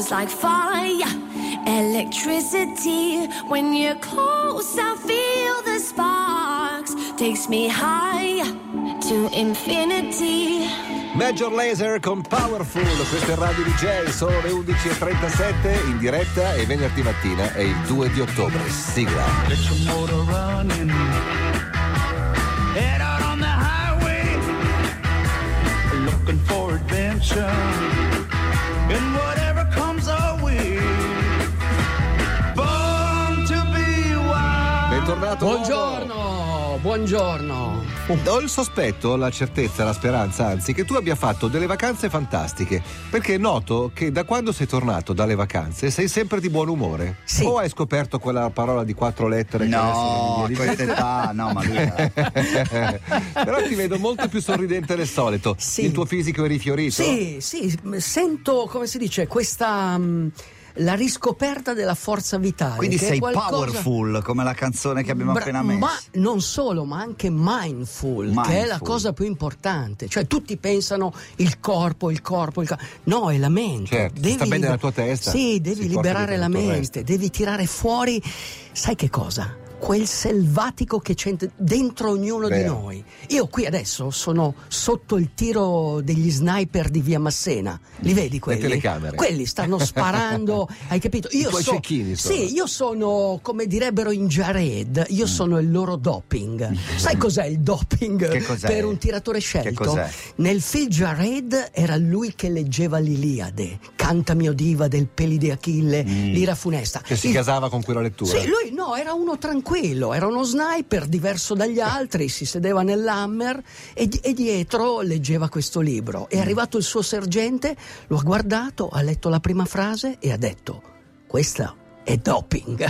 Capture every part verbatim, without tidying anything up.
It's like fire, electricity. When you're close, I feel the sparks. Takes me high to infinity. Major Lazer con Powerful, questo è Radio D J, sono le undici e trentasette in diretta e venerdì mattina è il due di ottobre. Sigla. Let your motor running. Head out on the highway, looking for adventure, and whatever comes our way. Born to be wild. Bentornato. Buongiorno, buongiorno. Ho il sospetto, la certezza, la speranza, anzi, che tu abbia fatto delle vacanze fantastiche, perché noto che da quando sei tornato dalle vacanze sei sempre di buon umore. Sì. O hai scoperto quella parola di quattro lettere che adesso non No, mi a viene in questa mente? età, no, ma lui Però ti vedo molto più sorridente del solito. Sì. Il tuo fisico è rifiorito? Sì, sì, sento, come si dice, questa mh, la riscoperta della forza vitale. Quindi che è sei qualcosa... powerful, come la canzone che abbiamo Bra- appena messo. Ma non solo, ma anche mindful, Mindful. che è la cosa più importante. Cioè tutti pensano il corpo, il corpo, il corpo. No, è la mente. Certo, Devi sta bene liber- la tua testa, Sì, devi si porta liberare dietro la tutto il mente, resto. devi tirare fuori, sai che cosa? Quel selvatico che c'è dentro ognuno Vero. di noi. Io qui adesso sono sotto il tiro degli sniper di via Massena. Li vedi quelli? telecamere. Quelli stanno sparando, hai capito? Io I tuoi so- cecchini sono. Sì, io sono, come direbbero in Jared, io sono il loro doping. Sai cos'è il doping Che cos'è? per un tiratore scelto? Che cos'è? Nel film Jared era lui che leggeva l'Iliade, Cantami o diva del peli di Achille, l'ira funesta. Che si Il- casava con quella lettura. Sì, lui no, era uno tranquillo, era uno sniper diverso dagli altri, si sedeva nell'Hammer e, e dietro leggeva questo libro. È arrivato il suo sergente, lo ha guardato, ha letto la prima frase e ha detto: questa è doping.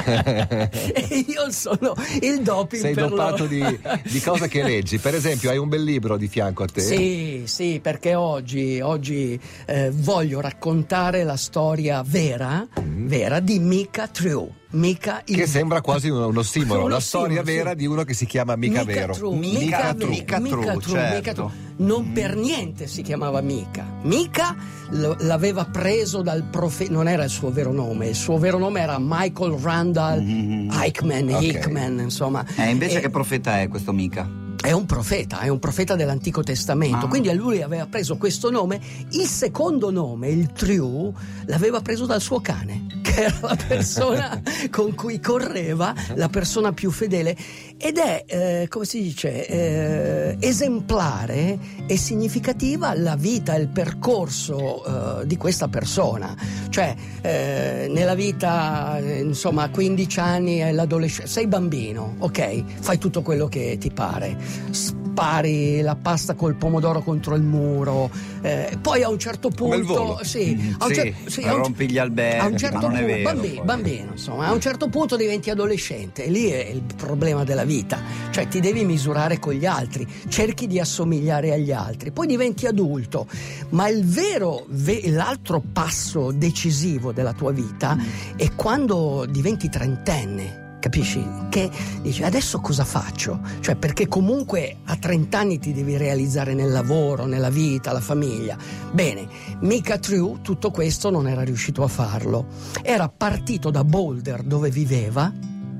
E io sono il doping Sei per dopato loro. di, di cose che leggi. Per esempio, hai un bel libro di fianco a te. Sì, sì, perché oggi, oggi eh, voglio raccontare la storia vera, vera di Micah True. Micah il... Che sembra quasi un, un ossimoro, Un la ossimoro, storia vera sì. di uno che si chiama Mica Micah Vero. True, Micah Micah True, Micah Micah True, True, Micah certo. True. Non per niente si chiamava Micah. Micah l- l'aveva preso dal profeta, non era il suo vero nome, il suo vero nome era Michael Randall Mm-hmm. Eichmann, Ok. Hickman, insomma. Eh, invece E- che profeta è questo Micah? È un profeta, è un profeta dell'Antico Testamento, Ah. quindi a lui aveva preso questo nome. Il secondo nome, il True, l'aveva preso dal suo cane, che era la persona con cui correva, la persona più fedele, ed è, eh, come si dice, eh, esemplare e significativa la vita e il percorso eh, di questa persona. Cioè, eh, nella vita, eh, insomma, a quindici anni è l'adolescenza, sei bambino, ok, fai tutto quello che ti pare. Spari la pasta col pomodoro contro il muro, eh, poi a un certo Come il punto volo. sì, a un Sì, cer- sì, a un- rompi gli alberghi, a un certo ma non è punto, vero, bambino, poi. bambino, insomma, a un certo punto diventi adolescente e lì è il problema della vita, cioè ti devi misurare con gli altri, cerchi di assomigliare agli altri, poi diventi adulto, ma il vero ve- l'altro passo decisivo della tua vita è quando diventi trentenne. Capisci? Che dici adesso cosa faccio? Cioè, perché comunque a trenta anni ti devi realizzare nel lavoro, nella vita, la famiglia. Bene, Micah True tutto questo non era riuscito a farlo. Era partito da Boulder, dove viveva,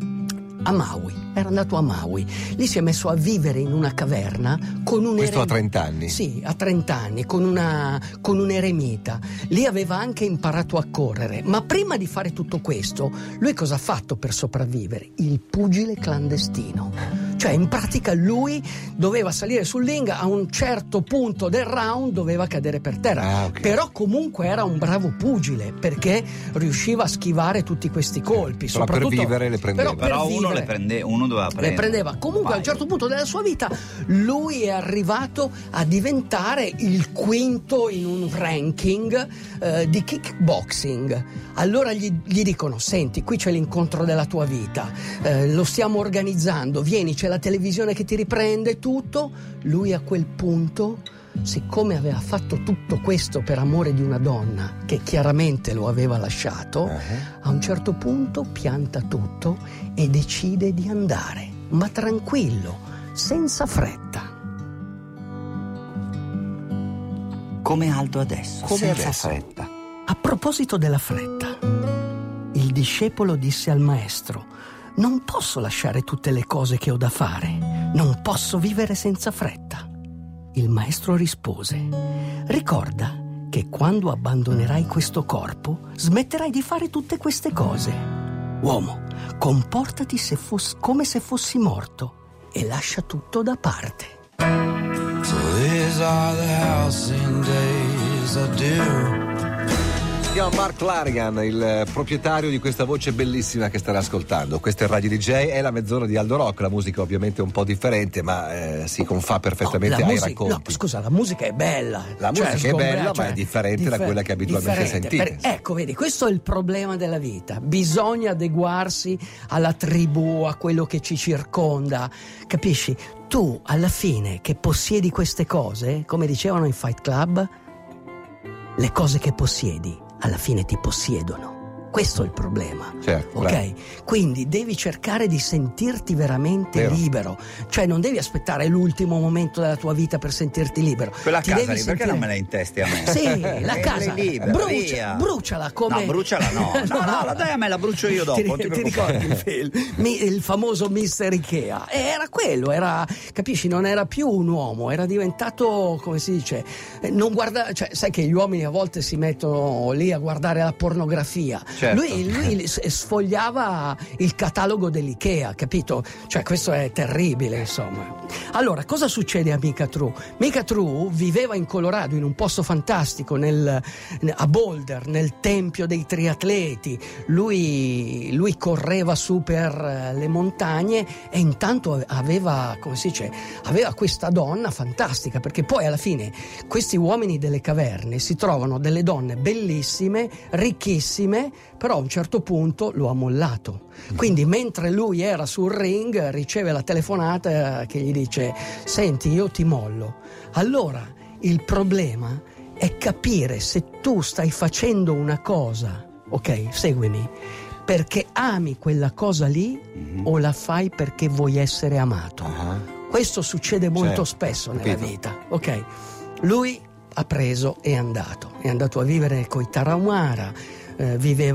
a Maui. Era andato a Maui. Lì si è messo a vivere in una caverna con un Questo a eremita. trenta anni. Sì, a trenta anni, con, una, con un eremita. Lì aveva anche imparato a correre. Ma prima di fare tutto questo, lui cosa ha fatto per sopravvivere? Il pugile clandestino. Cioè, in pratica lui doveva salire sul ring, a un certo punto del round doveva cadere per terra. Ah, ok. Però comunque era un bravo pugile, perché riusciva a schivare tutti questi colpi. Però per soprattutto- vivere le prendeva. per Però uno vivere- le prende, uno doveva prendere. le prendeva. Comunque a un certo punto della sua vita lui è arrivato a diventare il quinto in un ranking eh, di kickboxing. Allora gli, gli dicono: senti, qui c'è l'incontro della tua vita, eh, lo stiamo organizzando, vieni, c'è la televisione che ti riprende tutto. Lui a quel punto, siccome aveva fatto tutto questo per amore di una donna che chiaramente lo aveva lasciato, Uh-huh. a un certo punto pianta tutto e decide di andare, ma tranquillo, senza fretta. Come Aldo adesso, Come senza adesso. fretta. A proposito della fretta, il discepolo disse al maestro: non posso lasciare tutte le cose che ho da fare, non posso vivere senza fretta. Il maestro rispose: ricorda che quando abbandonerai questo corpo smetterai di fare tutte queste cose. Uomo, comportati se foss- come se fossi morto e lascia tutto da parte. So these are the halcyon days I do. Si chiama Mark Larian, il proprietario di questa voce bellissima che state ascoltando. Questo è il Radio D J, è la mezz'ora di Aldo Rock, la musica ovviamente è un po' differente, ma eh, si confà perfettamente No, ai musica, racconti. no, scusa, la musica è bella. La cioè, musica è sgombra- bella, cioè, ma è differente differ- da quella che abitualmente differente. sentite. Per- ecco, vedi, questo è il problema della vita. Bisogna adeguarsi alla tribù, a quello che ci circonda, capisci? Tu, alla fine, che possiedi queste cose, come dicevano in Fight Club, le cose che possiedi alla fine ti possiedono. Questo è il problema. Certo, ok? bravo. Quindi devi cercare di sentirti veramente Vero. libero. Cioè non devi aspettare l'ultimo momento della tua vita per sentirti libero. Quella Ti casa devi lì, perché sentire- non me la intesti a me? Sì, la Eh, casa. lì libera, brucia, via. bruciala come. No, bruciala no. No, no, la dai a me, la brucio io dopo. Ti, non ti ti preoccupare. ricordi il film? Mi- il famoso mister Ikea? E era quello, era, capisci, non era più un uomo, era diventato, come si dice, eh, non guarda, cioè, sai che gli uomini a volte si mettono lì a guardare la pornografia. Certo. Lui, lui s- sfogliava il catalogo dell'Ikea, capito? Cioè questo è terribile, insomma. Allora, cosa succede a Mika True? Mika True viveva in Colorado, in un posto fantastico, nel, a Boulder, nel tempio dei triatleti. Lui, lui correva su per eh, le montagne e intanto aveva, come si dice, aveva questa donna fantastica, perché poi alla fine questi uomini delle caverne si trovano delle donne bellissime, ricchissime, però a un certo punto lo ha mollato. Quindi mentre lui era sul ring riceve la telefonata che gli dice: senti, io ti mollo. Allora il problema è capire se tu stai facendo una cosa, ok, seguimi, perché ami quella cosa lì Mhm. o la fai perché vuoi essere amato. Ah. Questo succede molto Certo, spesso nella capito. vita, ok? Lui ha preso e è andato, è andato a vivere coi Tarahumara, eh,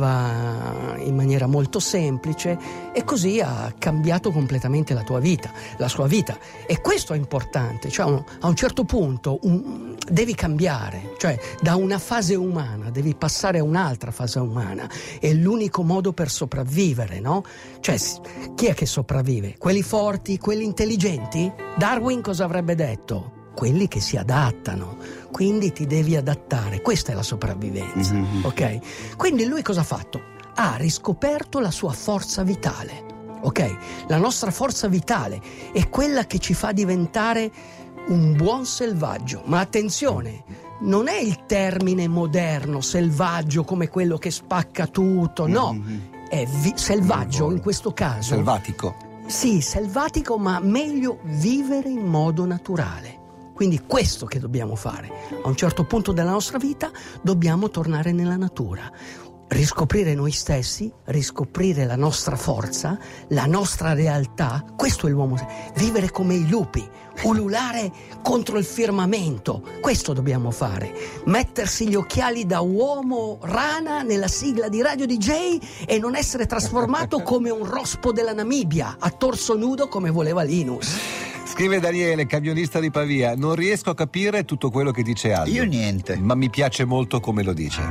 viveva in maniera molto semplice e così ha cambiato completamente la tua vita, la sua vita. E questo è importante, cioè un- a un certo punto un- devi cambiare, cioè da una fase umana devi passare a un'altra fase umana, è l'unico modo per sopravvivere, no? Cioè s- chi è che sopravvive? Quelli forti, quelli intelligenti? Darwin cosa avrebbe detto? Quelli che si adattano, quindi ti devi adattare, questa è la sopravvivenza, Mhm. ok? Quindi lui cosa ha fatto? Ha riscoperto la sua forza vitale, ok? La nostra forza vitale è quella che ci fa diventare un buon selvaggio, ma attenzione, non è il termine moderno selvaggio come quello che spacca tutto, no, è vi- selvaggio in questo caso. Selvatico. Sì, selvatico, ma meglio vivere in modo naturale. Quindi questo che dobbiamo fare. A un certo punto della nostra vita dobbiamo tornare nella natura, riscoprire noi stessi, riscoprire la nostra forza, la nostra realtà. Questo è l'uomo. Vivere come i lupi, ululare contro il firmamento. Questo dobbiamo fare. Mettersi gli occhiali da uomo rana nella sigla di Radio D J e non essere trasformato come un rospo della Namibia, a torso nudo come voleva Linus. Scrive Daniele, camionista di Pavia: non riesco a capire tutto quello che dice Aldo. Io niente. Ma mi piace molto come lo dice.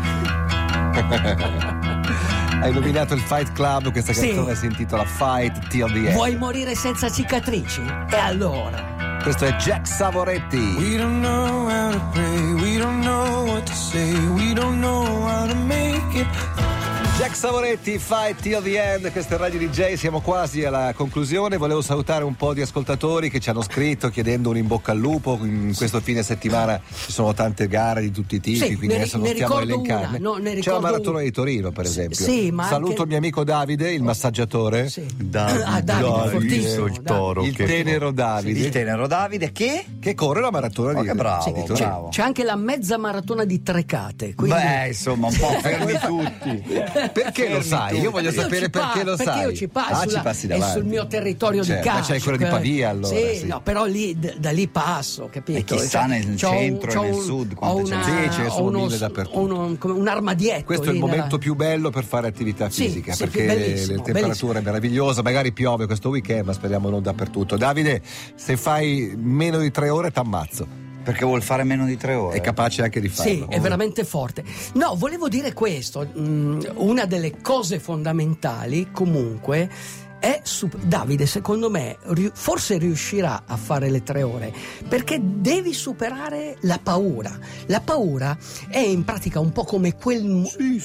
Hai nominato il Fight Club, questa Sì. canzone si intitola Fight Till the End. Vuoi morire senza cicatrici? E allora? Questo è Jack Savoretti. We don't know how to pray, we don't know what to say, we don't know how to make it. Jack Savoretti, Fight Till the End, questo è Radio D J, siamo quasi alla conclusione. Volevo salutare un po' di ascoltatori che ci hanno scritto chiedendo un in bocca al lupo. In questo fine settimana ci sono tante gare di tutti i tipi, Sì, quindi ne- adesso ne non stiamo a ricordo elencarne. una, no, ne C'è la ricordo maratona una. di Torino, per esempio. Sì, ma Saluto anche- il mio amico Davide, il massaggiatore. Sì. Davide, Ah, Davide, Davide, fortissimo, il Davide. toro, Il che- tenero Davide, Il tenero Davide che? che corre la maratona Oh, di che bravo, di Torino. bravo. C'è anche la mezza maratona di Trecate. Quindi... Beh, insomma, un po' fermi tutti. Perché lo sai? Io voglio Perché sapere ci perché pa- lo perché sai. io ci passo, Ah, ci là, passi è davanti. sul mio territorio Cioè, di ma calcio. c'hai quello di Pavia, allora, Sì, sì. no, però lì d- da lì passo, capito? E chissà Cioè, nel c'ho centro e c'ho nel un- sud ho quante ce una- ne Sì, ce ne ho sono uno- mille dappertutto. uno- come un armadietto. Questo è il lì momento nella- più bello per fare attività Sì, fisica, sì, perché bellissimo, le temperature è meravigliosa, magari piove questo weekend, ma speriamo non dappertutto. Davide, se fai meno di tre ore t'ammazzo. Perché vuol fare meno di tre ore. È capace anche di farlo. Sì, è veramente forte. No, volevo dire questo, mh, una delle cose fondamentali comunque è, sup- Davide secondo me ri- forse riuscirà a fare le tre ore, perché devi superare la paura. La paura è in pratica un po' come quel, mu-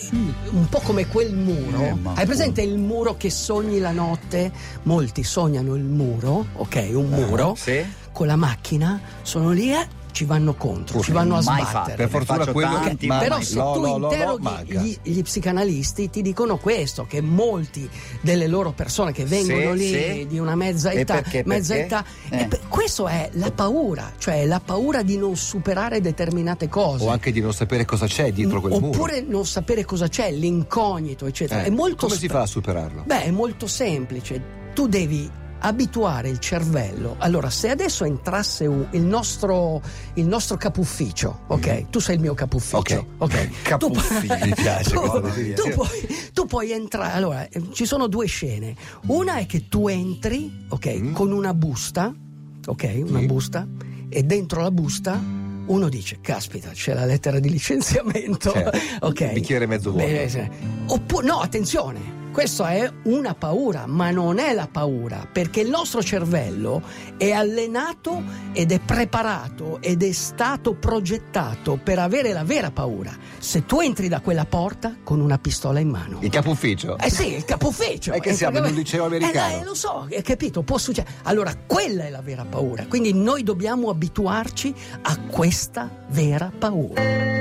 un po' come quel muro. Eh, ma Hai presente il muro che sogni la notte? Molti sognano il muro, ok, un muro, Sì. con la macchina, sono lì e ci vanno contro, ci vanno a mai sbattere. fatto. Per fortuna faccio quello tanti, ma- Però mai. se no, tu no, no, no, interroghi manca. gli, gli psicanalisti ti dicono questo, che molti delle loro persone che vengono Sì, lì sì. di una mezza E età, perché? mezza Perché? età Eh. e per- questo è la paura, cioè la paura di non superare determinate cose. O anche di non sapere cosa c'è dietro quel muro. Oppure non sapere cosa c'è, l'incognito, eccetera. Eh, È molto come si stra- fa a superarlo? Beh, è molto semplice. Tu devi abituare il cervello. Allora, se adesso entrasse un- il nostro il nostro capufficio, ok? Tu sei il mio capufficio, Ok. ok? Tu pu- Capufficio, mi piace tu, quando dici. tu puoi, tu puoi entrare. Allora, eh, ci sono due scene. Una è che tu entri, ok, Mm. con una busta, ok, una Sì. busta, e dentro la busta uno dice, caspita, c'è la lettera di licenziamento, Certo. ok. Bicchiere mezzo vuoto. Beh, sì. Oppure, no, attenzione, questa è una paura, ma non è la paura, perché il nostro cervello è allenato ed è preparato ed è stato progettato per avere la vera paura. Se tu entri da quella porta con una pistola in mano. Il capo ufficio? Eh sì, il capo ufficio. È che siamo in un liceo americano. Eh, eh, lo so, hai capito, può succedere. Allora, quella è la vera paura. Quindi noi dobbiamo abituarci a questa vera paura.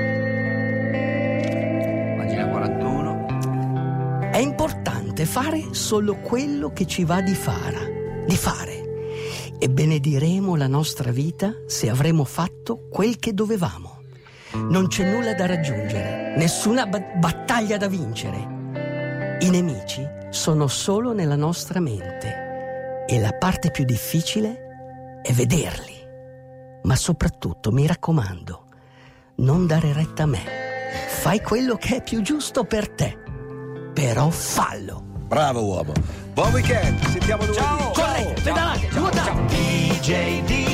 Pagina quarantuno. È importante fare solo quello che ci va di fare, di fare. E benediremo la nostra vita se avremo fatto quel che dovevamo. Non c'è nulla da raggiungere, nessuna ba- battaglia da vincere. I nemici sono solo nella nostra mente e la parte più difficile è vederli. Ma soprattutto, mi raccomando, non dare retta a me. Fai quello che è più giusto per te. Però fallo. Bravo uomo. Buon weekend, ci sentiamo lunedì. Correte, pedalate, nuotate. D J D